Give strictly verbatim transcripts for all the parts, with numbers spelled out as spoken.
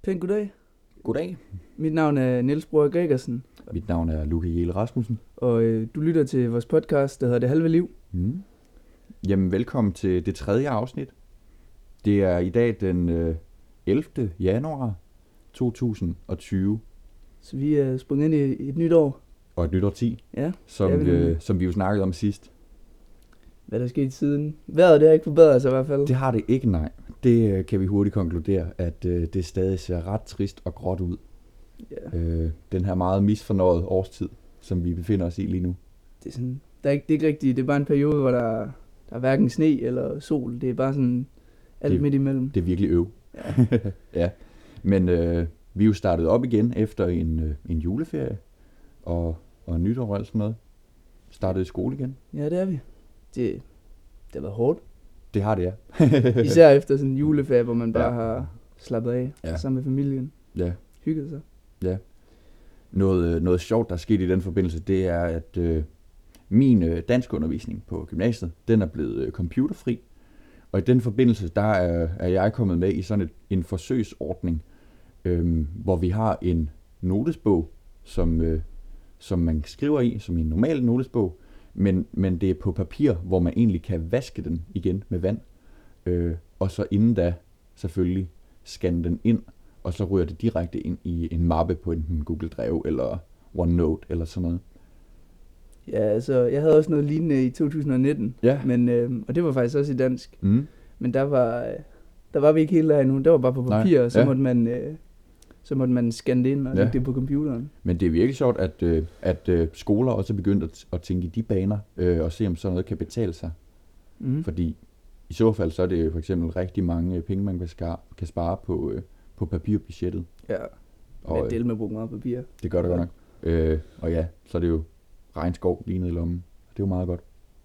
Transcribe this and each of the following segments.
Pænt goddag. Goddag. Mit navn er Niels Bror Gregersen. Mit navn er Luca Jelle Rasmussen. Og øh, du lytter til vores podcast, der hedder Det Halve Liv. Mm. Jamen, velkommen til det tredje afsnit. Det er i dag den øh, ellevte januar to tusind og tyve. Så vi er sprunget ind i et nyt år. Og et nyt årti, Ja, som, det er vi øh, nemlig. som vi jo snakkede om sidst. Hvad der er sket siden. Vejret det har ikke forbedret sig i hvert fald. Det har det ikke, nej. Det øh, kan vi hurtigt konkludere, at øh, det stadig ser ret trist og gråt ud. Ja, Øh, den her meget misfornøjede årstid, som vi befinder os i lige nu. det er sådan, der er ikke, det er ikke rigtigt. Det er bare en periode, hvor der, der er hverken sne eller sol. Det er bare sådan alt Det- midt imellem. Det er virkelig øv. Ja. Ja, men øh, vi er jo startet op igen efter en, øh, en juleferie og, og nytår og alt sådan noget. Startede i skole igen. ja, det er vi. Det, det har været hårdt. Det har det, ja. Især efter sådan en juleferie, hvor man bare Ja. har slappet af Ja. sammen med familien. Ja. Hygget sig. Noget, øh, noget sjovt, der er sket i den forbindelse, det er, at øh, min øh, danskundervisning på gymnasiet, den er blevet øh, computerfri. Og i den forbindelse, der er, er jeg kommet med i sådan et, en forsøgsordning, øh, hvor vi har en notesbog, som, øh, som man skriver i, som i en normal notesbog, men, men det er på papir, hvor man egentlig kan vaske den igen med vand. Øh, og så inden da selvfølgelig scanne den ind, og så ryger det direkte ind i en mappe på enten Google Drive eller OneNote eller sådan noget. Ja, altså, jeg havde også noget lignende i to tusind og nitten. Ja. Men, øh, og det var faktisk også i dansk. Mm. Men der var, øh, der var vi ikke helt der endnu. Der var bare på Nej, papir, og så, ja. måtte man, øh, så måtte man scanne det ind og Ja. lægge det på computeren. Men det er virkelig sjovt, at, øh, at øh, skoler også er begyndt at, at tænke i de baner, øh, og se om sådan noget kan betale sig. Mm. Fordi i så fald, så er det for eksempel rigtig mange øh, penge, man kan, skar, kan spare på, øh, på papirbudgettet. Ja, Og men øh, del med at bruge meget papir. det gør det godt nok. Øh, og ja, så er det jo regnskov lige nede i lommen. Det er jo meget godt.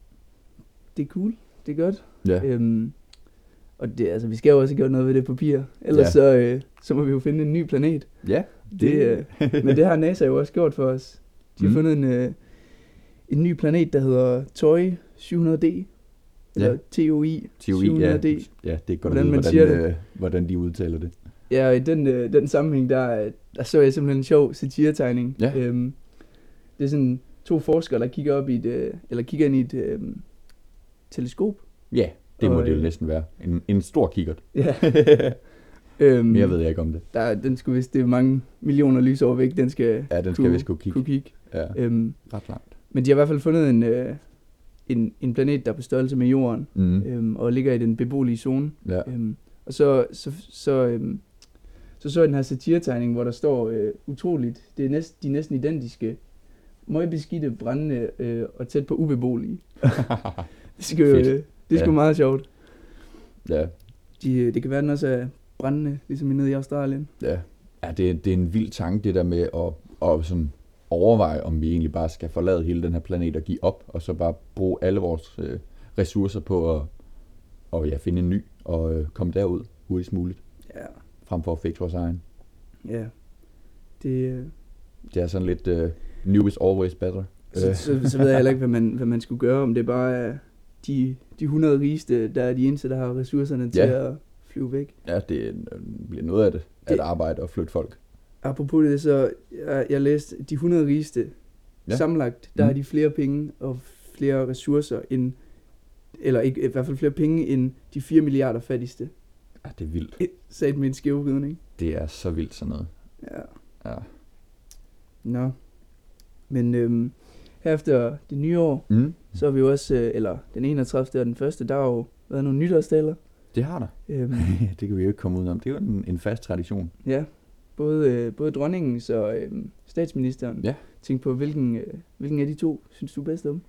Det er cool. Det er godt. Ja, Øhm, og det, altså, vi skal jo også gøre noget ved det papir. Ellers Ja. så, øh, så må vi jo finde en ny planet. ja Det, øh, men det har NASA jo også gjort for os. De har Mm. fundet en, øh, en ny planet, der hedder Toi syv hundrede D. Eller Ja. T O I T O I, syv hundrede ja, D. ja, det er godt Hvordan at vide, man hvordan, siger det. øh, hvordan de udtaler det. Ja, og i den, øh, den sammenhæng, der, der så jeg simpelthen en sjov satiretegning. Ja. Øhm, det er sådan to forskere, der kigger op i et, øh, eller kigger ind i et øh, teleskop. Ja, det må Og, det jo øh, næsten være. En, en stor kikkert. Ja. øhm, Mere ved jeg ikke om det. der, den skulle vist, det er mange millioner lysår væk, den skal, Ja, den skal kunne, vist kunne kigge. kunne kigge. Ja, Øhm, ret langt. men de har i hvert fald fundet en, øh, en, en planet, der er på størrelse med Jorden, Mm. øhm, og ligger i den beboelige zone. Ja. Øhm, og så så, så, øhm, så så jeg den her satiretegning, hvor der står øh, utroligt, det er næst, de er næsten identiske, møgbeskidte, brændende øh, og tæt på ubeboelige. Det skal jo, Fedt. øh, det er sgu Ja. meget sjovt. Ja, De, øh, det kan være, den også er brændende, ligesom nede i Australien. ja. ja det, er- det er en vild tanke, det der med at, at sådan overveje, om vi egentlig bare skal forlade hele den her planet og give op, og så bare bruge alle vores øh, ressourcer på at og, ja, finde en ny og øh, komme derud hurtigst muligt, Ja, frem for at fikse vores egen. ja. Det, øh, Det er sådan lidt uh, new is always better. så, Øh, så, så ved jeg heller ikke, hvad man, hvad man skulle gøre, om det bare er de, de hundrede rigeste, der er de eneste, der har ressourcerne til Ja. at flyve væk. ja, det øh, bliver noget af det, at Det- arbejde og flytte folk. Apropos det, så jeg, jeg læste, de hundrede rigeste Ja. ja. sammenlagt, der Mm. har de flere penge og flere ressourcer end, eller ikke, i hvert fald flere penge end de fire milliarder fattigste. Ja, det er vildt. Sat med en skævvridning. Det er så vildt sådan noget. Ja. Ja. Nå. Men øhm, her efter det nye år, Mm. så har vi jo også, øh, eller den enogtredivte og den første, der har jo været nogle nytårstaler. Det har der. Øhm, Det kan vi jo ikke komme ud om. Det er jo en, en fast tradition. ja, både, øh, både dronningen og øh, statsministeren Ja. tænkte på, hvilken, øh, hvilken af de to synes du bedst om?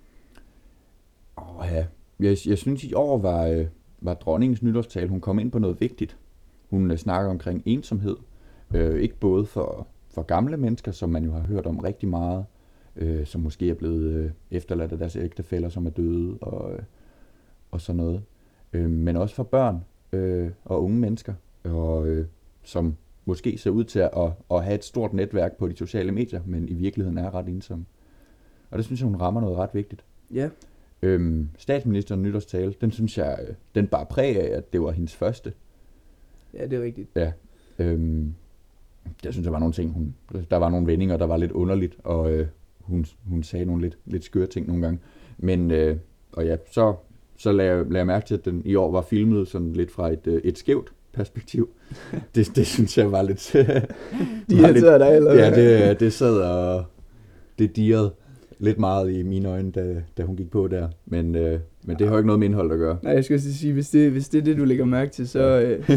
Åh ja. Jeg, jeg synes i år var, øh, var dronningens nytårstale, hun kom ind på noget vigtigt. Hun øh, snakker omkring ensomhed. Øh, ikke både for, for gamle mennesker, som man jo har hørt om rigtig meget, øh, som måske er blevet øh, efterladt af deres ægtefæller, som er døde og, øh, og sådan noget. Øh, men også for børn øh, og unge mennesker, og, øh, som måske ser ud til at, at, at have et stort netværk på de sociale medier, men i virkeligheden er ret ensomme. Og det synes jeg, hun rammer noget ret vigtigt. Ja, Øhm, statsministerens nytårstale, den synes jeg, øh, den bar præg af, at det var hendes første. ja det er rigtigt. Ja. Øhm, jeg synes, der var nogle ting, hun, der var nogle vendinger, der var lidt underligt, og øh, hun, hun sagde nogle lidt, lidt skøre ting nogle gange. Men, øh, og ja, så, så lagde, jeg, lagde jeg mærke til, at den i år var filmet sådan lidt fra et, øh, et skævt perspektiv. Det, det synes jeg var lidt... De var lidt, dig, eller ja, det, det sad og... Det dirrede lidt meget i mine øjne, da, da hun gik på der. Men, øh, men det har jo ikke noget med indhold at gøre. Nej, jeg skal også sige, hvis det, hvis det er det, du lægger mærke til, så... Øh,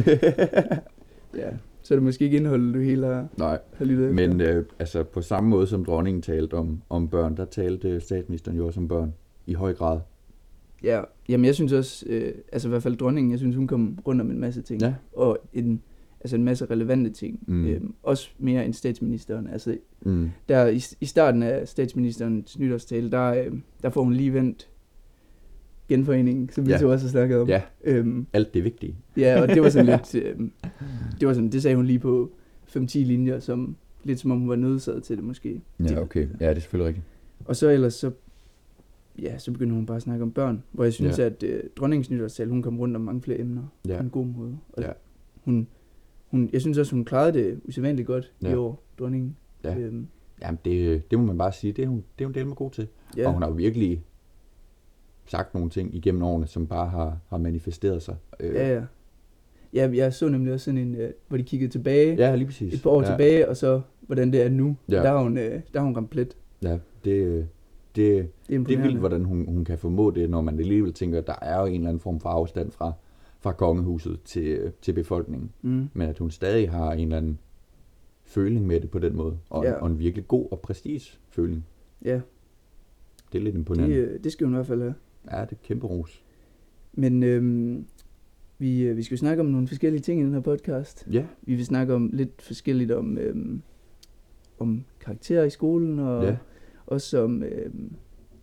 ja, så er det måske ikke indholdet, du helt har, Nej, har lyttet efter. Men øh, altså, på samme måde som dronningen talte om, om børn, der talte statsministeren jo også om børn i høj grad. Ja, jamen jeg synes også, øh, altså i hvert fald dronningen, jeg synes hun kom rundt om en masse ting. Ja. Og en, altså en masse relevante ting. Mm. Øh, også mere end statsministeren. Altså Mm. der i, i starten af statsministerens nytårstale, der, øh, der får hun lige vendt genforeningen, som vi Ja. så også har snakket om. Ja, Øhm, alt det vigtige. ja, og det var sådan lidt, øh, det var sådan, det sagde hun lige på fem ti linjer, som lidt som om hun var nødsaget til det måske. Ja, okay. Ja, det er selvfølgelig rigtigt. Og så ellers så, ja, så begynder hun bare at snakke om børn, hvor jeg synes, Ja. ja. at øh, dronningens nytårstale, hun kom rundt om mange flere emner Ja. på en god måde. Og Ja. hun, hun, jeg synes også, hun klarede det usædvanligt godt Ja. i år, dronningen. Ja. Øhm, Jamen, det, det må man bare sige, det er hun, det er hun del med god til. ja. Og hun har jo virkelig sagt nogle ting igennem årene, som bare har, har manifesteret sig. Øh, ja, ja. Ja, jeg så nemlig også sådan en, øh, hvor de kiggede tilbage, ja, lige præcis. et par år ja. tilbage, og så hvordan det er nu. Ja. Der har hun, øh, der har hun ramt plet. Ja, det, det, Det er det er imponerende. vildt, hvordan hun, hun kan formå det, når man alligevel tænker, at der er jo en eller anden form for afstand fra, fra kongehuset til, til befolkningen. Mm. Men at hun stadig har en eller anden føling med det på den måde, og, Ja. en, og en virkelig god og præcis føling. Ja, Det er lidt det, imponerende. øh, det skal hun i hvert fald have. Ja, det er kæmpe ros. Men øhm, vi, øh, vi skal jo snakke om nogle forskellige ting i den her podcast. Ja, Vi vil snakke om lidt forskelligt om, øhm, om karakterer i skolen, og Ja. også om, øhm,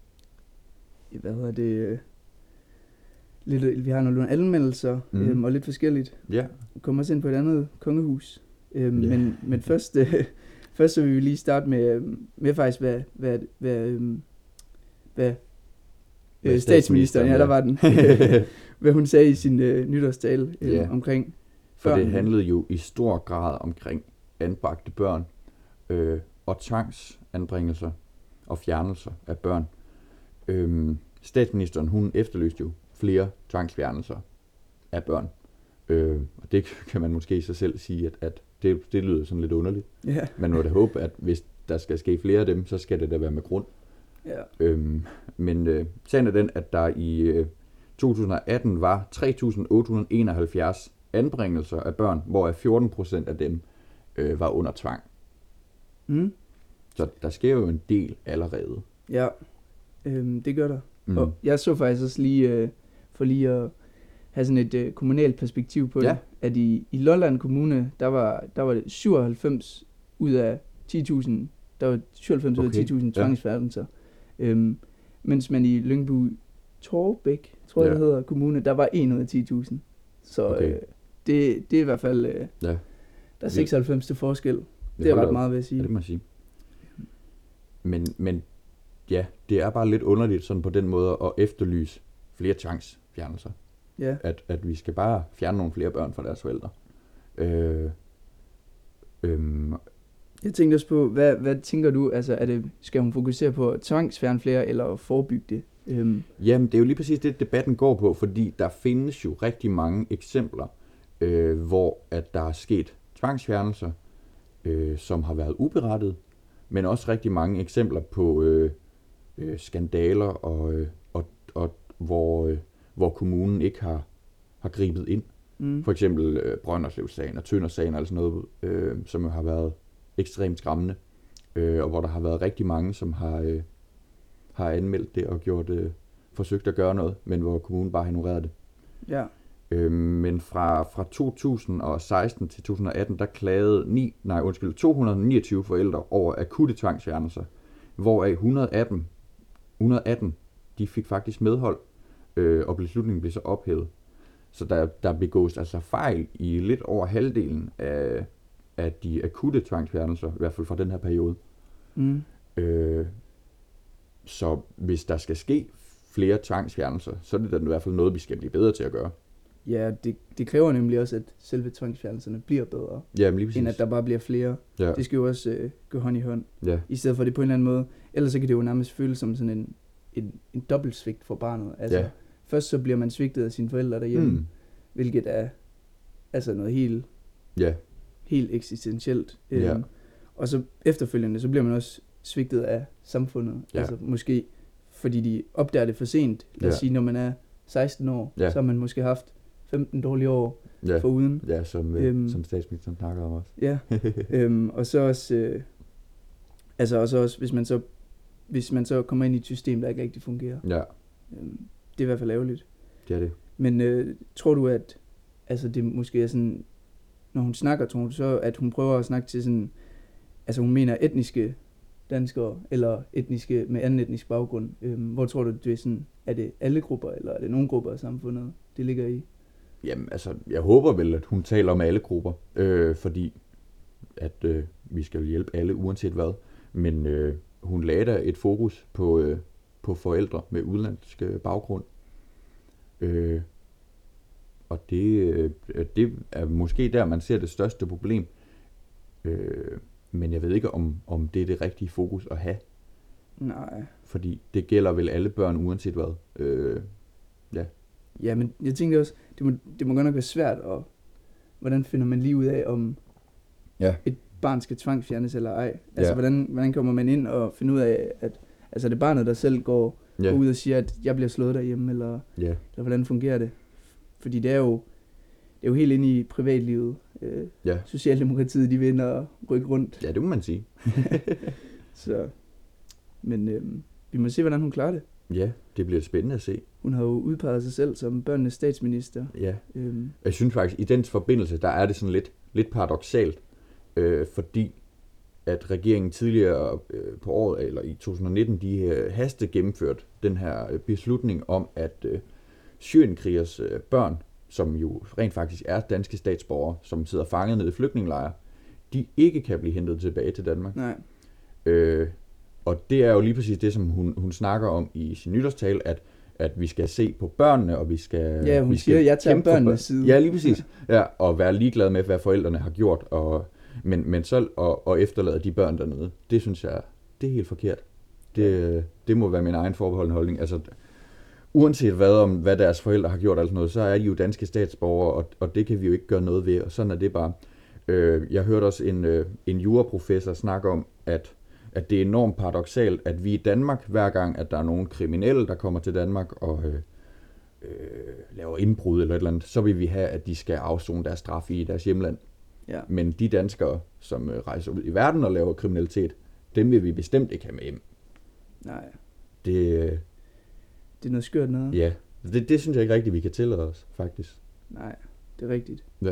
hvad hedder det, øh, lidt, vi har nogle anmeldelser, Mhm. mm. øhm, og lidt forskelligt. ja, Vi kommer også ind på et andet kongehus. Øhm, Ja. Men, men først, øh, først så vil vi lige starte med, øhm, med faktisk, hvad, hvad, hvad, øhm, hvad, Hvad øh, statsministeren, ja, der ja. var den, hvad hun sagde i sin øh, nytårstale øh, Ja. omkring for det børnene. handlede jo i stor grad omkring anbragte børn øh, og tvangsanbringelser og fjernelser af børn. Øhm, statsministeren, hun efterlyste jo flere tvangsfjernelser af børn. Øh, og det kan man måske i sig selv sige, at, at det, det lyder sådan lidt underligt. Ja, Man må da håbe, at hvis der skal ske flere af dem, så skal det da være med grund. ja. Øhm, men øh, sagen er den, at der i øh, to tusind og atten var tre tusind otte hundrede og enoghalvfjerds anbringelser af børn, hvoraf fjorten procent af dem øh, var under tvang. Mm. Så der sker jo en del allerede. Ja, øhm, det gør der. Mm. Mm. Og jeg så faktisk også lige, øh, for lige at have sådan et øh, kommunalt perspektiv på Ja. det, at i, i Lolland Kommune, der var, der var det syvoghalvfems ud af ti tusind, der var syvoghalvfems okay. ud af Okay, ti tusind ja. tvangsfjernelser. Øhm, mens man i Lyngby Torbæk, tror jeg Ja. det hedder, kommune, der var en ud af ti tusind. Så Okay. øh, det, det er i hvert fald, øh, Ja, der er seksoghalvfems til forskel. Det er hold da ret op. meget, vil jeg Ja, sige. det må jeg sige. Men, men ja, det er bare lidt underligt sådan på den måde at efterlyse flere tvangsfjernelser. Ja. At, at vi skal bare fjerne nogle flere børn fra deres forældre. Øh, øhm, Jeg tænkte også på, hvad, hvad tænker du, altså er det, skal hun fokusere på at tvangsfjerne flere, eller at forebygge det? Øhm, Jamen, det er jo lige præcis det, debatten går på, fordi der findes jo rigtig mange eksempler, øh, hvor at der er sket tvangsfjernelser, øh, som har været uberettet, men også rigtig mange eksempler på øh, øh, skandaler, og, øh, og, og hvor, øh, hvor kommunen ikke har, har gribet ind. mm, For eksempel øh, Brønderslev-sagen og Tønder-sagen og sådan noget, øh, som jo har været ekstremt skræmmende, øh, og hvor der har været rigtig mange, som har, øh, har anmeldt det og gjort, øh, forsøgt at gøre noget, men hvor kommunen bare har ignoreret det. ja, Øh, men fra, fra to tusind og seksten til to tusind og atten, der klagede ni, nej, undskyld, to hundrede og niogtyve forældre over akutte tvangsfjernelser, hvoraf et hundrede og atten, et hundrede og atten de fik faktisk medhold, øh, og beslutningen blev så ophævet. Så der, der begås altså fejl i lidt over halvdelen af, af de akutte tvangsfjernelser, i hvert fald fra den her periode. mm, Øh, så hvis der skal ske flere tvangsfjernelser, så er det da i hvert fald noget, vi skal blive bedre til at gøre. Ja, det, det kræver nemlig også, at selve tvangsfjernelserne bliver bedre, Jamen, lige præcis. end at der bare bliver flere. Ja. Det skal jo også øh, gå hånd i hånd, Ja. i stedet for det på en eller anden måde. Ellers så kan det jo nærmest føles som sådan en, en, en dobbelt svigt for barnet. Altså, Ja. først så bliver man svigtet af sine forældre derhjemme, Mm. hvilket er altså noget helt, Ja. helt eksistentielt. Ja. Øhm, og så efterfølgende, så bliver man også svigtet af samfundet. Ja. Altså måske, fordi de opdager det for sent. Lad os Ja. sige, når man er seksten år, Ja. så har man måske haft femten dårlige år Ja. foruden. Ja, som, øh, Øhm. som statsministeren snakker om også. Ja, øhm, og så også, øh, altså og så også, hvis man så, hvis man så kommer ind i et system, der ikke rigtig fungerer. Ja, Øhm, det er i hvert fald ærgerligt. det er det. Men øh, tror du, at altså det måske er sådan, når hun snakker, tror du så, at hun prøver at snakke til sådan, altså hun mener etniske danskere, eller etniske med anden etnisk baggrund. Øhm, hvor tror du, det er sådan, er det alle grupper, eller er det nogle grupper af samfundet, det ligger i? Jamen, altså, jeg håber vel, at hun taler om alle grupper, øh, fordi at øh, vi skal hjælpe alle, uanset hvad. Men øh, hun lagde da et fokus på, øh, på forældre med udenlandsk øh, baggrund. Øh, og det, øh, det er måske der, man ser det største problem. Øh, men jeg ved ikke, om, om det er det rigtige fokus at have. Nej. Fordi det gælder vel alle børn, uanset hvad. Øh, ja. Ja, men jeg tænkte også, det må, det må godt nok være svært, og hvordan finder man lige ud af, om Ja. et barn skal tvangsfjernes eller ej? Altså, Ja. hvordan, hvordan kommer man ind og finder ud af, at altså, det er barnet, der selv går, Ja. går ud og siger, at jeg bliver slået derhjemme, eller, Ja. eller hvordan fungerer det? Fordi det er jo, det er jo helt inde i privatlivet. Øh, Ja. Socialdemokratiet, de vinder og rykke rundt. Ja, det må man sige. Så, men øh, vi må se, hvordan hun klarer det. Ja, det bliver spændende at se. Hun har jo udpeget sig selv som børnenes statsminister. Ja. Øhm, Jeg synes faktisk, i den forbindelse, der er det sådan lidt, lidt paradoksalt, øh, fordi at regeringen tidligere øh, på året, eller i to tusind nitten, de øh, haste gennemført den her øh, beslutning om, at øh, syrienkrigers øh, børn, som jo rent faktisk er danske statsborgere, som sidder fanget nede i flygtningelejre, de ikke kan blive hentet tilbage til Danmark. nej. Øh, og det er jo lige præcis det, som hun, hun snakker om i sin nytårstale, at, at vi skal se på børnene, og vi skal... Ja, hun vi siger, skal jeg tager kæmpe for børnenes børn. side. Ja, lige præcis. Ja, og være ligeglad med, hvad forældrene har gjort, og, men, men så og, og efterlade de børn dernede. Det synes jeg, det er helt forkert. Det, det må være min egen forbeholdende holdning. Altså, uanset hvad om, hvad deres forældre har gjort, altså noget, så er de jo danske statsborgere, og, og det kan vi jo ikke gøre noget ved, og sådan er det bare. Øh, jeg hørte også en, øh, en juraprofessor snakke om, at at det er enormt paradoksalt, at vi i Danmark, hver gang, at der er nogle kriminelle, der kommer til Danmark og øh, øh, laver indbrud eller et eller andet, så vil vi have, at de skal afzone deres straf i deres hjemland. Ja. Men de danskere, som øh, rejser ud i verden og laver kriminalitet, dem vil vi bestemt ikke have med hjem. Nej, Det, øh, det er noget skørt noget. ja, det, det synes jeg ikke rigtigt, vi kan tillade os, faktisk. Nej, det er rigtigt. Ja.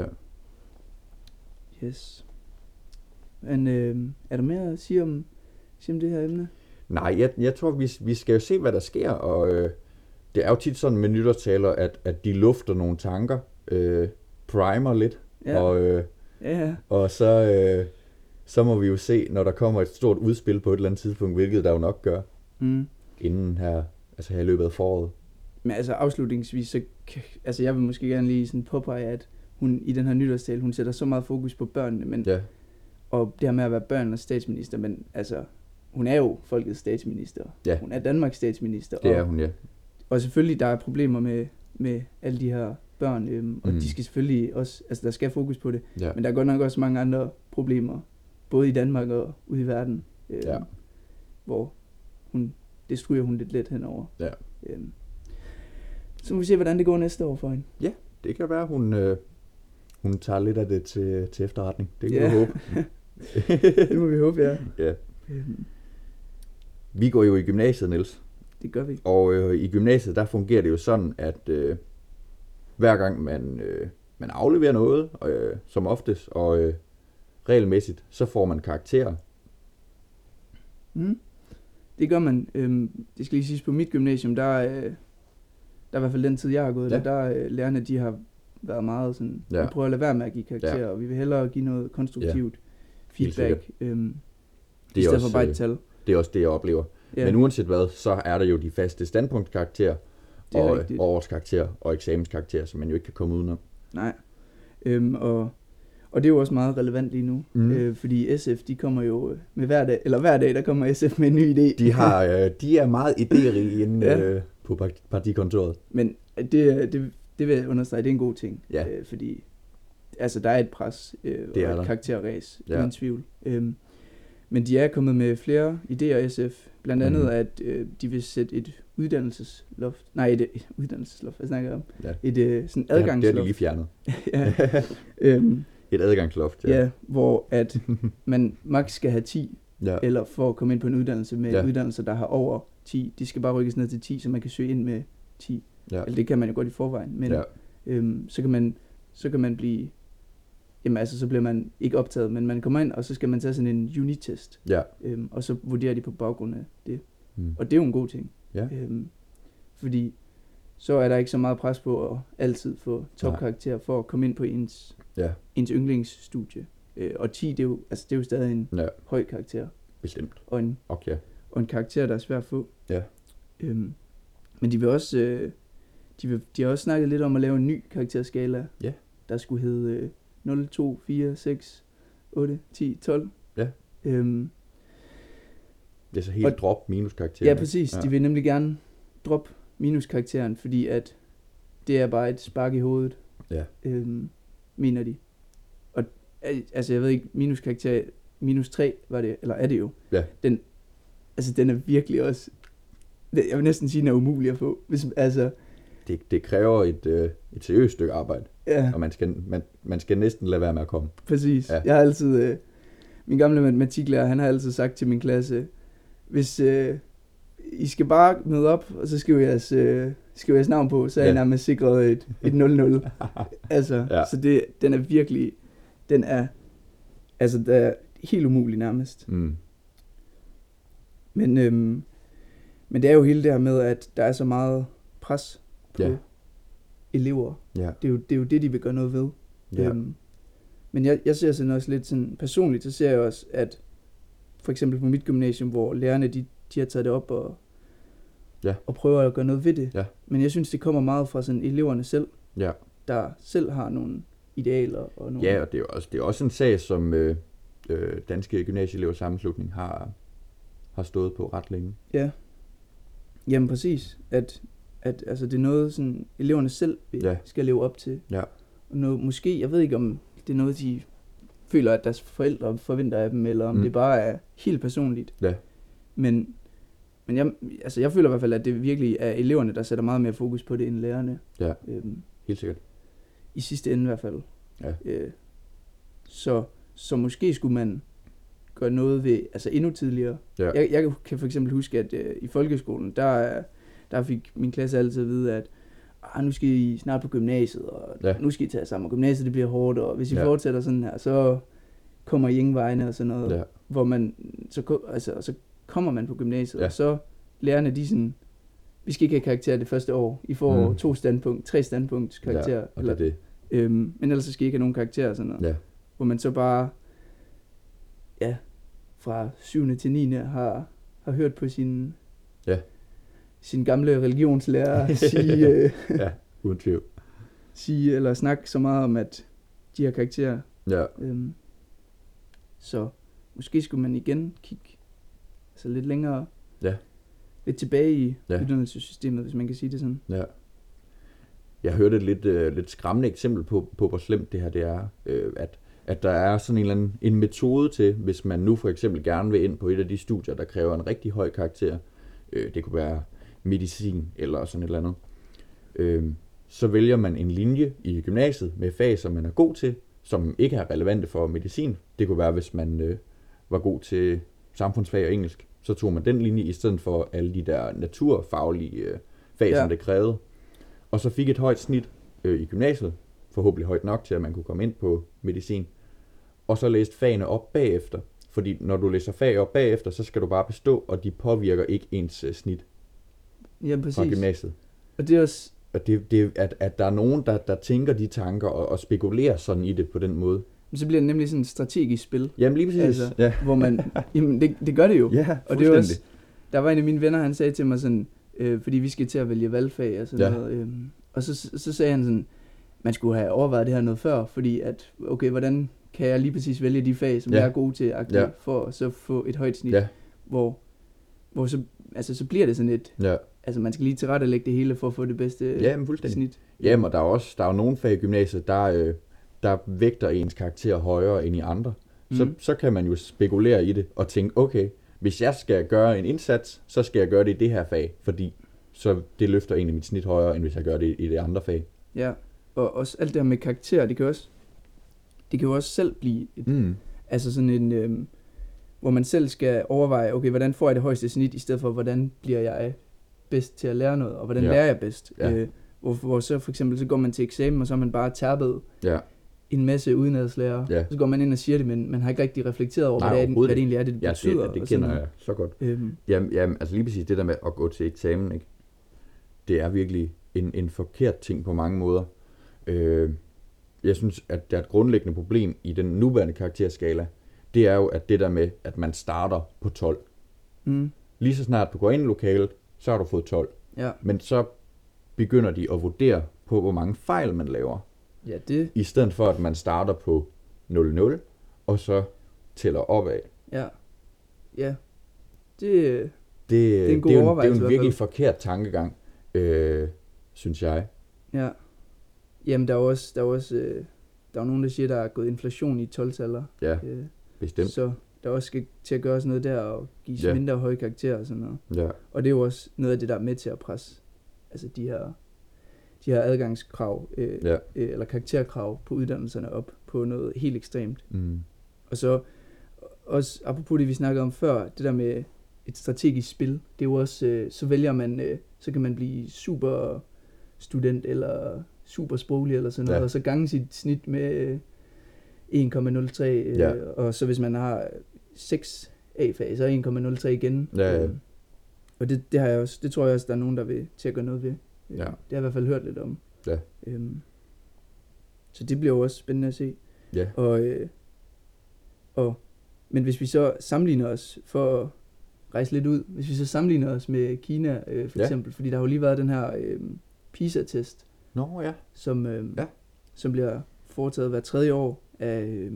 Yes. Men øh, er der mere at sige om, sige om det her emne? Nej, jeg, jeg tror, vi, vi skal jo se, hvad der sker, og øh, det er jo tit sådan med nytårstaler, at, at de lufter nogle tanker, øh, primer lidt, Ja. og, øh, Ja, ja. og så, øh, så må vi jo se, når der kommer et stort udspil på et eller andet tidspunkt, hvilket der jo nok gør, Mm. inden her, altså her i løbet af foråret. Men altså afslutningsvis, så kan, altså jeg vil måske gerne lige sådan påpege, at hun i den her nytårstale, hun sætter så meget fokus på børnene, men, Ja, og det her med at være børnenes statsminister, men altså, hun er jo folkets statsminister. Ja. Hun er Danmarks statsminister. det og, er hun, ja. Og selvfølgelig, der er problemer med, med alle de her børn, øhm, og Mm. de skal selvfølgelig også, altså der skal fokus på det, ja. men der er godt nok også mange andre problemer, både i Danmark og ude i verden, øhm, Ja. hvor hun, det stryger hun lidt let henover. Ja. Øhm, så må vi se, hvordan det går næste år for hende. Det kan være, hun, øh, hun tager lidt af det til, til efterretning. Det kan Ja. vi håbe. Det må vi håbe, ja. Ja. Øhm, Vi går jo i gymnasiet, Niels. det gør vi. Og øh, i gymnasiet, der fungerer det jo sådan, at øh, hver gang man, øh, man afleverer noget, øh, som oftest, og øh, regelmæssigt, så får man karakterer. Mm. Det gør man. Øhm, det skal lige siges, på mit gymnasium, der, øh, der er i hvert fald den tid, jeg har gået Ja. der, der øh, lærerne, de har været meget sådan, Ja. vi prøver at lade være med at give karakterer, Ja. og vi vil hellere give noget konstruktivt Helt feedback, øhm, Det i er, stedet for også, bare øh, et tal. det er også det, jeg oplever. Ja. Men uanset hvad, så er der jo de faste standpunktkarakterer, det er og rigtigt. årskarakter og eksamenskarakter, som man jo ikke kan komme udenom. Nej. Øhm, og, og det er jo også meget relevant lige nu, Mm. øh, fordi S F, de kommer jo med hver dag, eller hver dag, der kommer S F med en ny idé. De, har, øh, de er meget idérige inde Ja. øh, på par- partikontoret. Men det, det, det vil jeg understrege, det er en god ting, Ja. øh, fordi altså, der er et pres øh, Det er og der. et karakterræs, Ja. uden tvivl. Øhm, men de er kommet med flere idéer, S F. Blandt andet, Mhm. at øh, de vil sætte et uddannelsesloft. Nej, et, et uddannelsesloft, hvad snakker jeg om? Ja. Et øh, sådan Det har, det har de adgangsloft. lige fjernet. ja. øhm, Et adgangsloft, ja. ja. ja, hvor at man max skal have ti, Ja. eller for at komme ind på en uddannelse med Ja. uddannelser, der har over ti. De skal bare rykkes ned til ti, så man kan søge ind med ti. Ja. Eller det kan man jo godt i forvejen, men Ja. øhm, så, kan man, så kan man blive... Jamen altså, så bliver man ikke optaget, men man kommer ind, og så skal man tage sådan en unitest. Ja. Øhm, og så vurderer de på baggrund af det. Mm. Og det er jo en god ting. Ja. Øhm, fordi så er der ikke så meget pres på at altid få topkarakter for at komme ind på ens, Ja. ens yndlingsstudie. Øh, og ti, det er, jo, altså, det er jo stadig en Ja, høj karakter. bestemt. Og en, Okay. og en karakter, der er svær at få. Ja. Øhm, men de vil også... Øh, de, vil, de har også snakket lidt om at lave en ny karakterskala. Ja. Der skulle hedde øh, nul, to, fire, seks, otte, ti, tolv. Ja. Øhm, Det er så helt Og- drop minus karakter. ja, præcis. Ja. De vil nemlig gerne droppe minuskarakteren, fordi at det er bare et spark i hovedet, Ja. øhm, mener de. Og al- altså, jeg ved ikke, minuskarakter, minus tre var det, eller er det jo. Ja. Den, altså, den er virkelig også, det- jeg vil næsten sige, den er umulig at få. Hvis, altså, Det, det kræver et, øh, et seriøst stykke arbejde, ja, og man skal, man, man skal næsten lade være med at komme. præcis. Ja. Jeg har altid, øh, min gamle matematiklærer, han har altid sagt til min klasse, hvis øh, I skal bare møde op, og så skriver jeres, øh, skriver jeres navn på, så er Ja. I nærmest sikret et, et nul nul. Altså, Ja. så det, den er virkelig, den er, altså, det er helt umulig nærmest. Mm. Men, øhm, men det er jo hele det her med, at der er så meget pres på Ja. elever. Ja. Det er, jo, det er jo det, de vil gøre noget ved. Ja. Øhm, men jeg, jeg ser sådan også lidt sådan, personligt, så ser jeg også, at for eksempel på mit gymnasium, hvor lærerne, de, de har taget det op og, Ja. og prøver at gøre noget ved det. Ja. Men jeg synes, det kommer meget fra sådan eleverne selv, Ja. der selv har nogle idealer og nogle... Ja, og det er jo også, det er også en sag, som øh, øh, Danske Gymnasieelevers Sammenslutning har, har stået på ret længe. Ja. Jamen præcis, at, at altså, det er noget, sådan, eleverne selv vil, Ja. skal leve op til. Ja. Og noget, måske, jeg ved ikke, om det er noget, de føler, at deres forældre forventer af dem, eller om Mm. mm. det bare er helt personligt. Ja. Men, men jeg, altså, jeg føler i hvert fald, at det virkelig er eleverne, der sætter meget mere fokus på det, end lærerne. Ja. Øhm, Helt sikkert. I sidste ende i hvert fald. Ja. Øh, så, så måske skulle man gøre noget ved, altså endnu tidligere. Ja. Jeg, jeg kan for eksempel huske, at øh, i folkeskolen, der, der fik min klasse altid at vide, at ah, nu skal I snart på gymnasiet, og Ja. nu skal I tage sammen, og gymnasiet det bliver hårdt, og hvis I Ja. ja. fortsætter sådan her, så kommer I ingen vegne og sådan noget. Ja. Hvor man, så, ko- altså, så kommer man på gymnasiet, Ja. og så lærerne de sådan, vi skal ikke have karakter det første år. I får Mm. mm. to standpunkt, tre standpunkt karakter. Ja, og det er det. Øhm, men ellers så skal I ikke have nogen karakterer og sådan noget. Ja. Hvor man så bare, ja, fra syvende til niende har, har hørt på sin, Ja. sin gamle religionslærer sige, øh, Ja, uden tvivl. sige, eller snakke så meget om, at de har karakterer. Ja. Øhm, så måske skulle man igen kigge altså lidt længere, Ja. lidt tilbage i Ja. ja. uddannelsessystemet, hvis man kan sige det sådan. Ja. Jeg hørte et lidt, øh, lidt skræmmende eksempel på, på, hvor slemt det her det er, øh, at, at der er sådan en eller anden en metode til, hvis man nu for eksempel gerne vil ind på et af de studier, der kræver en rigtig høj karakter, øh, det kunne være medicin eller sådan et eller andet, øh, så vælger man en linje i gymnasiet med fag, som man er god til, som ikke er relevante for medicin. Det kunne være, hvis man øh, var god til samfundsfag og engelsk, så tog man den linje i stedet for alle de der naturfaglige øh, fag, ja. Ja. som det krævede. Og så fik et højt snit øh, i gymnasiet, forhåbentlig højt nok til, at man kunne komme ind på medicin. Og så læste fagene op bagefter. Fordi når du læser fag op bagefter, så skal du bare bestå, og de påvirker ikke ens øh, snit Ja, fra præcis. gymnasiet. Og det er også, Og det, det, at, at der er nogen, der, der tænker de tanker og, og spekulerer sådan i det på den måde. så bliver det nemlig sådan et strategisk spil, Jamen lige præcis. Altså, ja. hvor man, jamen det, det gør det jo. Ja, Og det er også, der var en af mine venner, han sagde til mig sådan, øh, fordi vi skal til at vælge valgfag og sådan Ja. noget. Øh, og så, så sagde han sådan, man skulle have overvejet det her noget før, fordi at, okay, hvordan kan jeg lige præcis vælge de fag, som Ja. jeg er god til, aktivt, Ja. for at så få et højt snit, Ja. hvor, hvor så, altså, så bliver det sådan et, Ja. altså man skal lige tilrettelægge det hele for at få det bedste Ja, men fuldstændig. snit. Jamen, og der er også der er jo nogle fag i gymnasiet, der, øh, der vægter ens karakter højere end i andre. Mm. Så, Mhm. så kan man jo spekulere i det og tænke, okay, hvis jeg skal gøre en indsats, så skal jeg gøre det i det her fag, fordi så det løfter egentlig mit snit højere, end hvis jeg gør det i det andre fag. Ja, og også alt det her med karakter, det kan også, det kan jo også selv blive et, Mm. altså sådan en, øhm, hvor man selv skal overveje, okay, hvordan får jeg det højeste snit, i stedet for, hvordan bliver jeg bedst til at lære noget, og hvordan Ja. lærer jeg bedst. Ja. Øh, hvor, hvor så for eksempel, så går man til eksamen, og så har man bare tærpet Ja. en masse udenadslærer. Ja. Så går man ind og siger det, men man har ikke rigtig reflekteret over, Nej, hvad, det, er, overhovedet hvad det egentlig er, det Ja, betyder. det, det og sådan kender noget. jeg så godt. Øhm, Jamen, jamen, altså lige præcis det der med at gå til eksamen, ikke? Det er virkelig en, en forkert ting på mange måder. Øh, jeg synes, at der er et grundlæggende problem i den nuværende karakterskala. Det er jo, at det der med, at man starter på tolv. mm, Lige så snart du går ind i lokalet, så har du fået tolv. ja. Men så begynder de at vurdere på, hvor mange fejl man laver. ja, det, I stedet for, at man starter på nul nul, og så tæller opad. ja, ja, det, Det, er en god det, er, jo, det er overvejelse i jo en hvert virkelig fald. forkert tankegang, øh, synes jeg. ja. Jamen, der er jo også, der er jo også, øh, der er jo nogen, der siger, der er gået inflation i tolv-taller. Ja, Øh, bestemt. Så der også skal til at gøre sådan noget der, og give Ja. mindre høje karakterer og sådan noget. Ja, Og det er jo også noget af det, der er med til at presse, altså de her, de her adgangskrav, øh, ja. øh, eller karakterkrav på uddannelserne op på noget helt ekstremt. Mm. Og så også, apropos det, vi snakkede om før, det der med et strategisk spil, det er jo også, øh, så vælger man, øh, så kan man blive super student, eller super sproglig, eller sådan noget, Ja. og så gange sit snit med øh, en komma nul tre, øh, Ja. og så hvis man har seks A-fag, så en komma nul tre igen. Ja, ja. Øh, og det, det, har jeg også, det tror jeg også, der er nogen, der vil til at gøre noget ved. Øh, Ja. Det har jeg i hvert fald hørt lidt om. Ja. Øhm, så det bliver jo også spændende at se. Ja. Og, øh, og, men hvis vi så sammenligner os, for at rejse lidt ud, hvis vi så sammenligner os med Kina øh, for Ja. eksempel, fordi der har jo lige været den her øh, PISA-test, Nå ja. som, øh, Ja. som som bliver foretaget hver tredje år af, øh,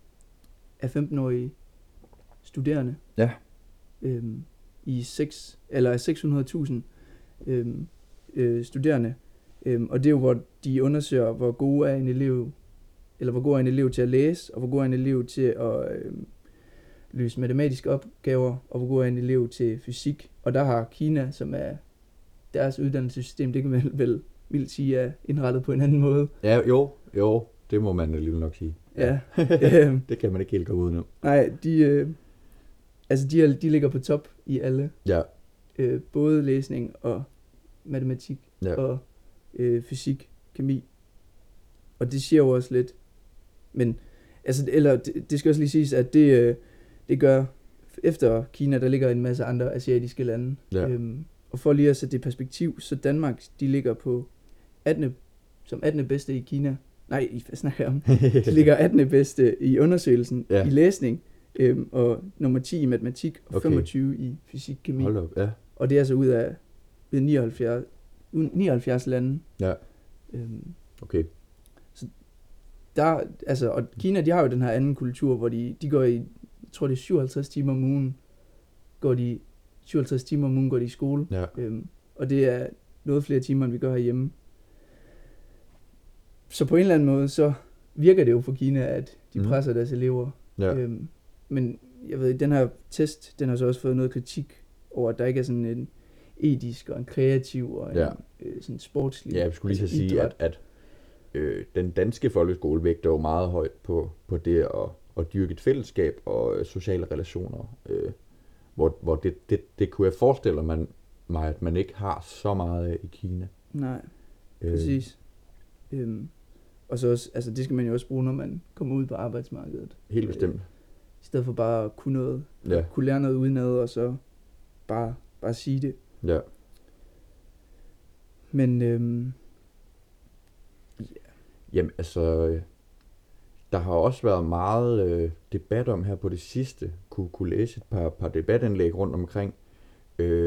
af femten-årige studerende. Ja. Øhm, i seks eller af seks hundrede tusind øhm, øh, studerende. Øhm, og det er jo, hvor de undersøger, hvor god er en elev, eller hvor god er en elev til at læse, og hvor god er en elev til at øhm, løse matematiske opgaver, og hvor god er en elev til fysik. Og der har Kina, som er deres uddannelsessystem, det kan man vel vildt sige, er indrettet på en anden måde. Ja, jo, jo. Det må man alligevel nok sige. Ja. øhm, Det kan man ikke helt gå udenom. nej, de, øh, altså de, er, de ligger på top i alle. Ja. Øh, både læsning og matematik Ja. og øh, fysik, kemi. Og det siger jo også lidt. Men, altså, eller det, det skal også lige siges, at det, øh, det gør, efter Kina, der ligger en masse andre asiatiske lande. Ja. Øhm, og for lige at sætte det i perspektiv, så Danmark, de ligger på attende som attende bedste i Kina. Nej, I- hvad snakker jeg om? De ligger attende bedste i undersøgelsen Ja. i læsning, øhm, og nummer ti i matematik, og Okay. femogtyve i fysik, kemi. Hold op, ja. Og det er altså ud af ud af nioghalvfjerds, ud- nioghalvfjerds lande. Ja. Øhm, Okay. der, altså, og Kina, de har jo den her anden kultur, hvor de, de går i, jeg tror det er syvoghalvtreds timer om ugen, går de, syvoghalvtreds timer om ugen går de i skole. Ja. Øhm, og det er noget flere timer, end vi gør herhjemme. Så på en eller anden måde, så virker det jo for Kina, at de Mhm. presser deres elever. Ja. Øhm, men jeg ved, den her test, den har så også fået noget kritik over, at der ikke er sådan en etisk og en kreativ og en Ja. øh, sådan sportslig. Ja, jeg skulle lige så altså sige, idræt. at, at øh, den danske folkeskole vægter jo meget højt på, på det at, at dyrke et fællesskab og øh, sociale relationer, øh, hvor, hvor det, det, det kunne jeg forestille mig, mig, at man ikke har så meget af i Kina. Nej, Øh, præcis. Øhm, og så også, altså det skal man jo også bruge, når man kommer ud på arbejdsmarkedet. Helt bestemt. I stedet for bare at kunne noget, Ja, kunne lære noget udenad, og så bare, bare sige det. ja. Men øhm, Jamen, altså, øh, der har også været meget øh, debat om her på det sidste. Kunne, kunne læse et par, par debatindlæg rundt omkring. Øh,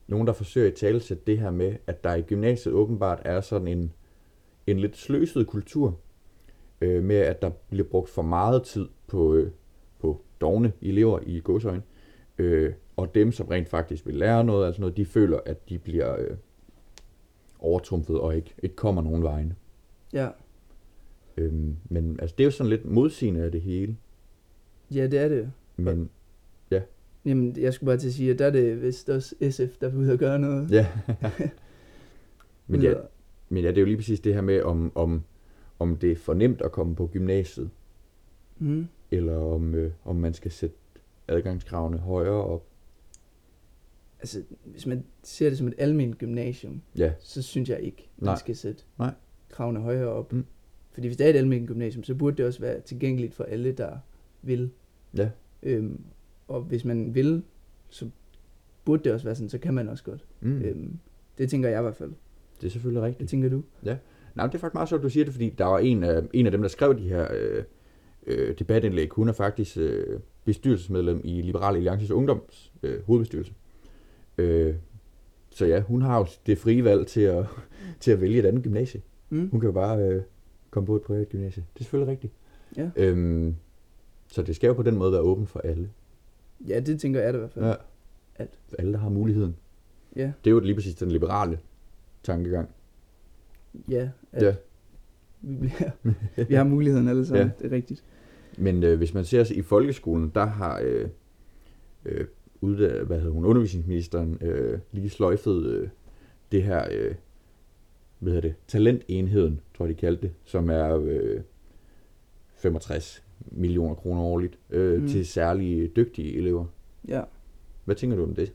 nogen, der forsøger at talesætte det her med, at der i gymnasiet åbenbart er sådan en, en lidt sløset kultur, øh, med at der bliver brugt for meget tid på, øh, på dovne elever i gåseøjne, øh, og dem, som rent faktisk vil lære noget, altså noget, de føler, at de bliver øh, overtrumfet og ikke, ikke kommer nogen vegne. Ja. Øhm, men altså, det er jo sådan lidt modsigende af det hele. Ja, det er det. Men Jamen, jeg skulle bare til at sige, at der er det vist også S F, der vil ud og gøre noget. ja. men, ja men ja, det er jo lige præcis det her med, om, om, om det er for nemt at komme på gymnasiet, Mm. eller om, øh, om man skal sætte adgangskravene højere op. Altså, hvis man ser det som et almindeligt gymnasium, Ja. så synes jeg ikke, man Nej. skal sætte Nej. kravene højere op. Mm. Fordi hvis det er et almindeligt gymnasium, så burde det også være tilgængeligt for alle, der vil. Ja. Øhm, og hvis man vil, så burde det også være sådan, så kan man også godt. Mm. Øhm, det tænker jeg i hvert fald. Det er selvfølgelig rigtigt. Hvad tænker du? Nej, men det er faktisk meget sjovt, du siger det, fordi der var en af, en af dem, der skrev de her øh, øh, debatindlæg. Hun er faktisk øh, bestyrelsesmedlem i Liberal Alliances Ungdoms øh, hovedbestyrelse. Øh, så ja, hun har jo det frie valg til at, til at vælge et andet gymnasie. Mm. Hun kan jo bare øh, komme på et privat gymnasie. Det er selvfølgelig rigtigt. Ja. Øhm, så det skal jo på den måde være åbent for alle. Ja, det tænker jeg da i hvert fald. Ja. At. For alle, der har muligheden. Ja. Det er jo lige præcis den liberale tankegang. Ja, at Ja. vi, bliver, vi har muligheden alle sammen, Ja. det er rigtigt. Men øh, hvis man ser sig i folkeskolen, der har øh, øh, udda- hvad hedder hun, undervisningsministeren øh, lige sløjfet øh, det her, øh, hvad hedder det, talentenheden, tror jeg de kaldte det, som er øh, femogtres millioner kroner årligt øh, Mm. mm. til særlige dygtige elever. Ja. Hvad tænker du om det?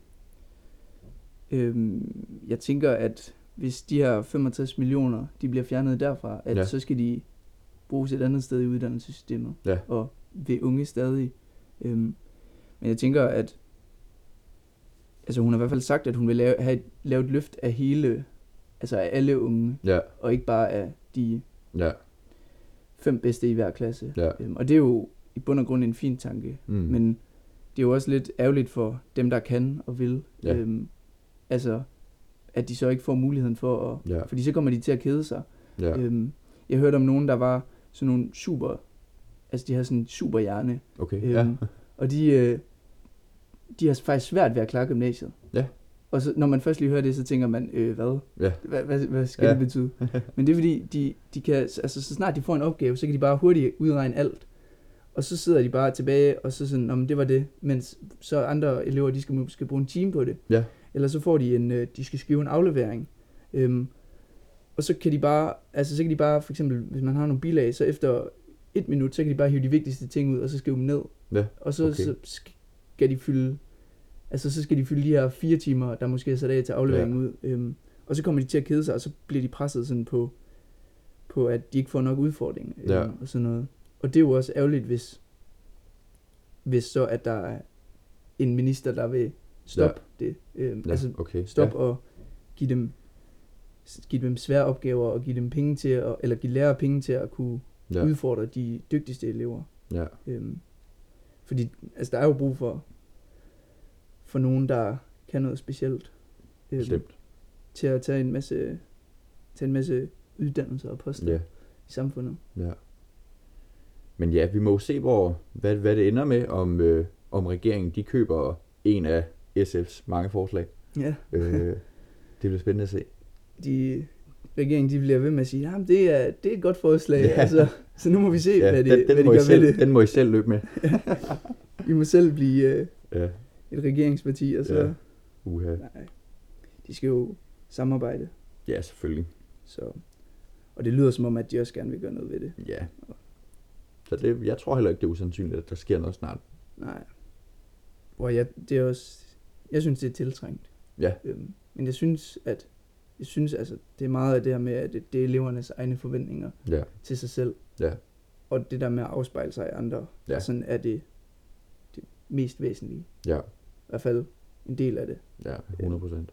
Øhm, jeg tænker, at hvis de her femogtres millioner, de bliver fjernet derfra, at Ja. ja. så skal de bruges et andet sted i uddannelsessystemet. Ja. Og ved unge stadig. Øhm, men jeg tænker, at altså hun har i hvert fald sagt, at hun vil lave, have et, lave et løft af hele, altså af alle unge, Ja, og ikke bare af de ja, fem bedste i hver klasse. ja. Øhm, og det er jo i bund og grund en fin tanke. Mm. Men det er jo også lidt ærgerligt for dem, der kan og vil. Ja. Øhm, altså, at de så ikke får muligheden for at... Ja. Fordi så kommer de til at kede sig. Ja, Øhm, jeg hørte om nogen, der var sådan nogle super... Altså, de havde sådan en superhjerne. okay. Øhm, Ja. Og de, øh, de har faktisk svært ved at klare gymnasiet. Ja. Og så, når man først lige hører det, så tænker man, øh, hvad? Ja. Hvad, hvad, hvad skal Ja. det betyde? Men det er fordi, de, de kan, altså, så snart de får en opgave, så kan de bare hurtigt udregne alt. Og så sidder de bare tilbage, og så sådan, om det var det, mens så andre elever, de skal måske bruge en time på det. Ja. Eller så får de en, øh, de skal skrive en aflevering. Øhm, og så kan de bare, altså så kan de bare, for eksempel, hvis man har nogle bilag, så efter et minut, så kan de bare hive de vigtigste ting ud, og så skrive dem ned. Ja, Og så, okay. så skal de fylde, altså så skal de fylde de her fire timer, der måske er sat af til afleveringen Ja. ud. Øhm, og så kommer de til at kede sig, og så bliver de presset sådan på, på at de ikke får nok udfordring. Øhm, Ja. og sådan noget. Og det er jo også ærgerligt, hvis, hvis så, at der er en minister, der vil stoppe ja. det. Øhm, Ja, altså okay. stop Ja. og give dem, give dem svære opgaver, og give dem penge til at, eller give lærere penge til at kunne Ja. udfordre de dygtigste elever. Ja. Øhm, fordi altså, der er jo brug for, for nogen, der kan noget specielt. Øhm, Bestemt. til at tage en masse, tage en masse uddannelser og poster Ja. i samfundet. Ja. Men ja, vi må jo se, hvor, hvad, hvad det ender med, om, øh, om regeringen de køber en af S F's mange forslag. Ja. Øh, det bliver spændende at se. De, regeringen de bliver ved med at sige, at det er, det er et godt forslag. Ja. Altså, så nu må vi se, Ja, hvad de, den, den, hvad de må I gør selv, ved det. den må I selv løbe med. I må selv blive øh, Ja. et regeringsparti, og så... Ja. Uha. Nej, de skal jo samarbejde. Ja, selvfølgelig. Så, og det lyder som om, at de også gerne vil gøre noget ved det. Ja. Så det, jeg tror heller ikke, det er usandsynligt, at der sker noget snart. Nej. Hvor jeg, det er også, jeg synes, det er tiltrængt. Ja. Øhm, men jeg synes, at jeg synes, altså, det er meget af det her med, at det, det er elevernes egne forventninger Ja. til sig selv. Ja. Og det der med at afspejle sig i andre, Ja. og sådan er det, det mest væsentlige. Ja. I hvert fald en del af det. Ja, hundrede procent.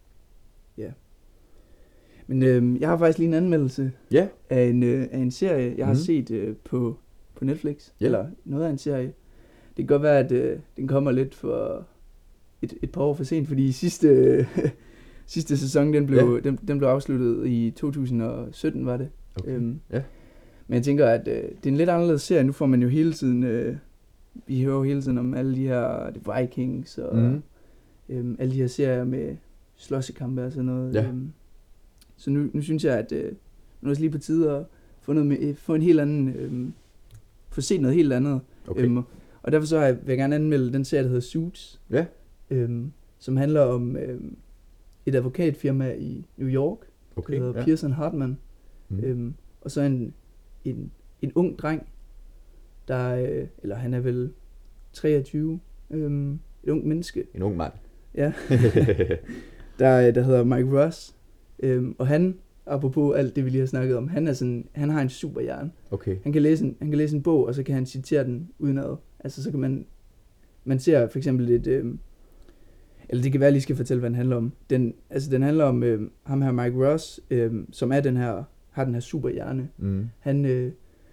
Men øhm, jeg har faktisk lige en anmeldelse Ja. af en, øh, af en serie, jeg har Mhm. set øh, på, på Netflix. Ja. Eller noget af en serie. Det kan godt være, at øh, den kommer lidt for, et, et par år for sent, fordi sidste, sidste sæson, den blev, ja. den, den blev afsluttet i to tusind og sytten, var det. Okay. Øhm, ja. Men jeg tænker, at øh, det er en lidt anderledes serie. Nu får man jo hele tiden, øh, vi hører jo hele tiden om alle de her The Vikings, og mm. øhm, alle de her serier med slåssekampe og sådan noget. Ja. Øhm, så nu, nu synes jeg, at øh, nu er det lige på tide at få, noget med, få en helt anden, øhm, få set noget helt andet. Okay. Øhm, og derfor så vil jeg gerne anmelde den serie, der hedder Suits, ja. øhm, som handler om øhm, et advokatfirma i New York, okay. der hedder ja. Pearson Hartman, mm. øhm, og så en, en, en ung dreng, der, øh, eller han er vel treogtyve, øhm, et ung menneske. En ung mand. Ja, der, der hedder Mike Ross, øhm, og han, apropos alt det, vi lige har snakket om, han, er sådan, han har en superhjerne. Okay. Han kan, læse en, han kan læse en bog, og så kan han citere den udenad. Altså, så kan man, man ser for eksempel et, øhm, eller det kan være, at jeg lige skal fortælle, hvad den handler om. Den, altså, den handler om øhm, ham her, Mike Ross, øhm, som er den her, har den her superhjerne. Mm. Han, øh,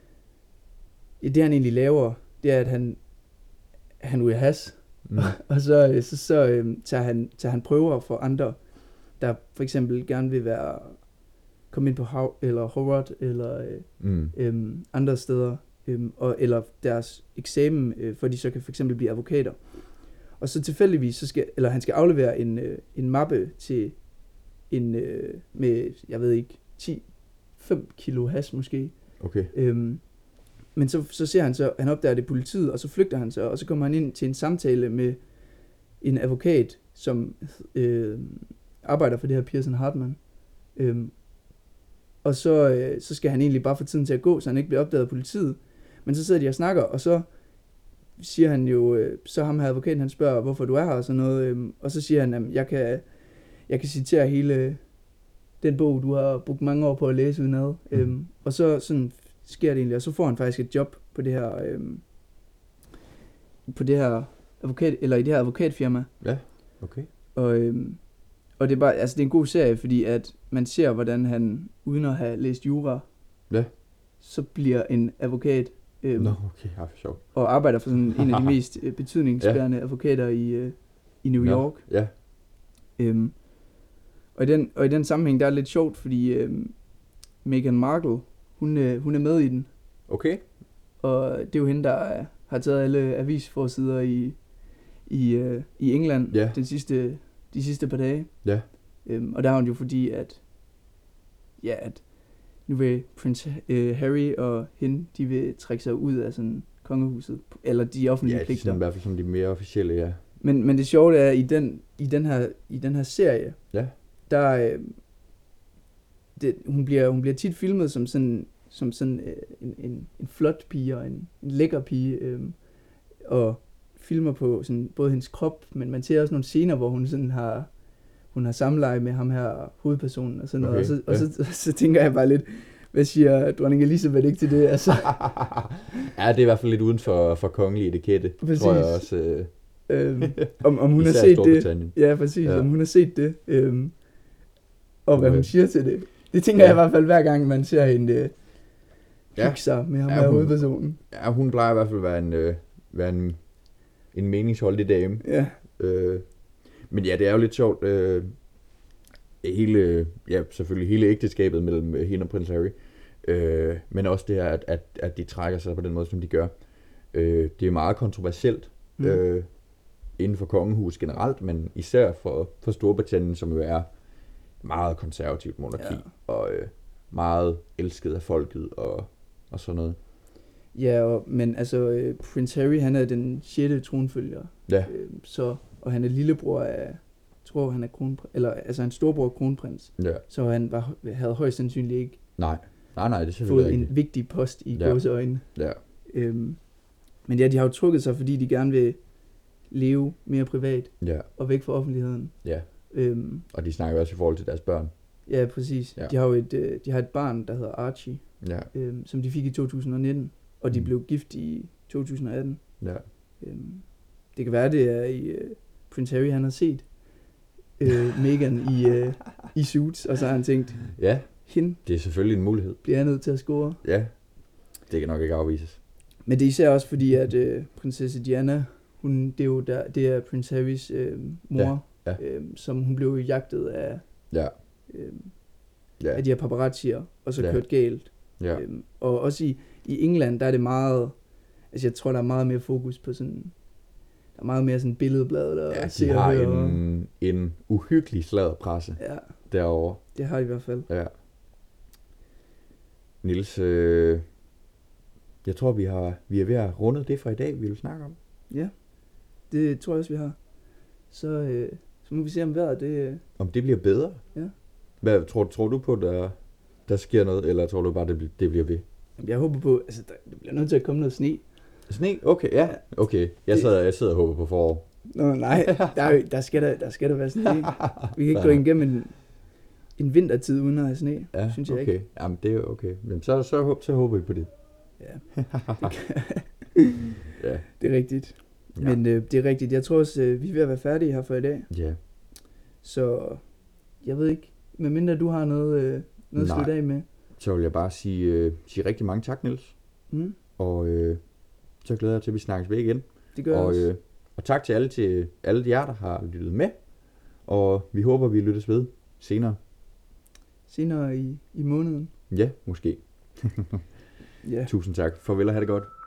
det han egentlig laver, det er, at han, han ryger has, mm. og så, så, så øhm, tager, han, tager han prøver for andre, der for eksempel gerne vil være, komme ind på How, eller Howard, eller øh, mm. øhm, andre steder, øhm, og, eller deres eksamen, øh, for de så kan for eksempel blive advokater. Og så tilfældigvis, så skal, eller han skal aflevere en, øh, en mappe til en, øh, med, jeg ved ikke, ti, fem kilo hash måske. Okay. Øhm, men så, så ser han så, han opdager det politiet, og så flygter han så, og så kommer han ind til en samtale med en advokat, som øh, arbejder for det her Pearson Hartman. Øhm, og så, øh, så skal han egentlig bare få tiden til at gå, så han ikke bliver opdaget af politiet. Men så sidder de og snakker, og så siger han jo, øh, så ham her advokaten, han spørger, hvorfor du er her og sådan noget, øh, og så siger han, at jeg kan, jeg kan citere hele den bog, du har brugt mange år på at læse udenad. Mm. Øhm, og så sådan sker det egentlig, og så får han faktisk et job på det her, øhm, på det her advokat, eller i det her advokatfirma. Ja, okay. Og, øhm, og det er bare, altså det er en god serie, fordi at man ser, hvordan han, uden at have læst jura, ja. så bliver en advokat, øhm, Nå, okay, ja, for sjovt. og arbejder for sådan en af de mest øh, betydningsbærende ja. advokater i, øh, i New York. Ja. ja. Øhm, og, i den, og i den sammenhæng, der er det lidt sjovt, fordi øhm, Meghan Markle, hun, øh, hun er med i den. Okay. Og det er jo hende, der øh, har taget alle avisforsider i, i, øh, i England ja. den sidste, de sidste par dage. Ja. Øhm, og der er hun jo fordi, at, ja, at nu vil Prince øh, Harry og hende, de vil trække sig ud af sådan kongehuset, eller de offentlige ja, pligter. Ja, i hvert fald som de mere officielle, ja. Men, men det sjove er, at i den, i den, her, i den her serie, ja. der øh, det, hun, bliver, hun bliver tit filmet som sådan, som sådan øh, en, en, en flot pige og en, en lækker pige, øh, og filmer på sådan, både hendes krop, men man ser også nogle scener, hvor hun sådan har, hun har samleje med ham her hovedpersonen og sådan noget, okay, og, så, ja. og så, så, så tænker jeg bare lidt, hvad siger dronning Elisabeth ikke til det? Altså. Ja, det er i hvert fald lidt uden for, for kongelig etikette, præcis. Tror jeg også. Øh, øhm, om, om hun har set det. Ja, præcis, ja. Om hun har set det. Øhm, og hvad okay. hun siger til det. Det tænker ja. jeg i hvert fald hver gang, man ser hende øh, ja. hygge sig med ham ja, her hun, hovedpersonen. Ja, hun plejer i hvert fald at være en, øh, være en, en meningsholdig dame. Ja. Øh, men ja, det er jo lidt sjovt. Øh, hele, ja, selvfølgelig hele ægteskabet mellem hende og prins Harry. Øh, men også det her, at, at, at de trækker sig på den måde, som de gør. Øh, det er meget kontroversielt mm. øh, inden for kongehus generelt, men især for, for Storbritannien, som jo er meget konservativt monarki, ja. og øh, meget elsket af folket og, og sådan noget. Ja, og, men altså, øh, prins Harry, han er den sjette tronfølger. Ja. Øh, så, og han er lillebror af, jeg tror han er kronprins, eller altså en storbror kronprins. Ja. Så han var, havde højst sandsynligt ikke nej. Nej, nej, det er selvfølgelig fået ikke. en vigtig post i ja. gåseøjne. Ja. Øhm, men ja, de har jo trukket sig, fordi de gerne vil leve mere privat ja. og væk fra offentligheden. Ja. Øhm, og de snakker også i forhold til deres børn. Ja, præcis. Ja. De har jo et, øh, de har et barn, der hedder Archie, ja. øhm, som de fik i to tusind og nitten, og de mm. blev gift i to tusind og atten. Ja. Øhm, det kan være, det er i øh, Prince Harry, han har set øh, Meghan i, øh, i Suits, og så har han tænkt, ja, hende det er selvfølgelig en mulighed. Bliver jeg nødt til at score? Ja, det kan nok ikke afvises. Men det er især også fordi, at øh, prinsesse Diana, hun, det er jo der, det er Prince Harrys øh, mor, Ja, ja. Øh, som hun blev jagtet af, Ja. øh, Ja. af de her paparazzier, og så Ja. kørt galt. Ja. Øhm, og også i, i England, der er det meget, altså jeg tror, der er meget mere fokus på sådan, der er meget mere sådan billedblad, der Ja, de ser og har hører. en, en uhyggelig sladderpresse Ja, derovre. det har de i hvert fald. Ja. Niels, øh, jeg tror, vi har vi er ved at runde det for i dag, vi vil snakke om. Ja, det tror jeg også, vi har. Så, øh, så må vi se, om vejret, det, øh, Om det bliver bedre? Ja. Hvad, tror, tror du på, der, der sker noget, eller tror du bare, det, bl- det bliver ved? jeg håber på, altså der, der bliver nødt til at komme noget sne. Sne? Okay, ja. Okay. Jeg sidder, jeg sidder og håber på forår. Nå, nej, der, er, jo- der, skal der, der skal der være sne. Vi kan ikke gå igennem en, en vintertid uden at have sne, Ja, synes jeg okay. ikke. Jamen, det er jo okay. Men så, så, så, så håber vi på det. Ja, Ja. det er rigtigt. Ja. Men øh, det er rigtigt. Jeg tror også, øh, vi er ved at være færdige her for i dag. Ja. Så jeg ved ikke, medmindre du har noget, øh, noget at Nej. slutte af med. Så vil jeg bare sige, øh, sige rigtig mange tak, Niels. Mm, Og øh, så glæder jeg til, at vi snakkes ved igen. det gør jeg Og, også. øh, og tak til alle, til alle jer, der har lyttet med. Og vi håber, vi lyttes ved senere. Senere i, i måneden. Ja, måske. Ja. Tusind tak. Farvel og have det godt.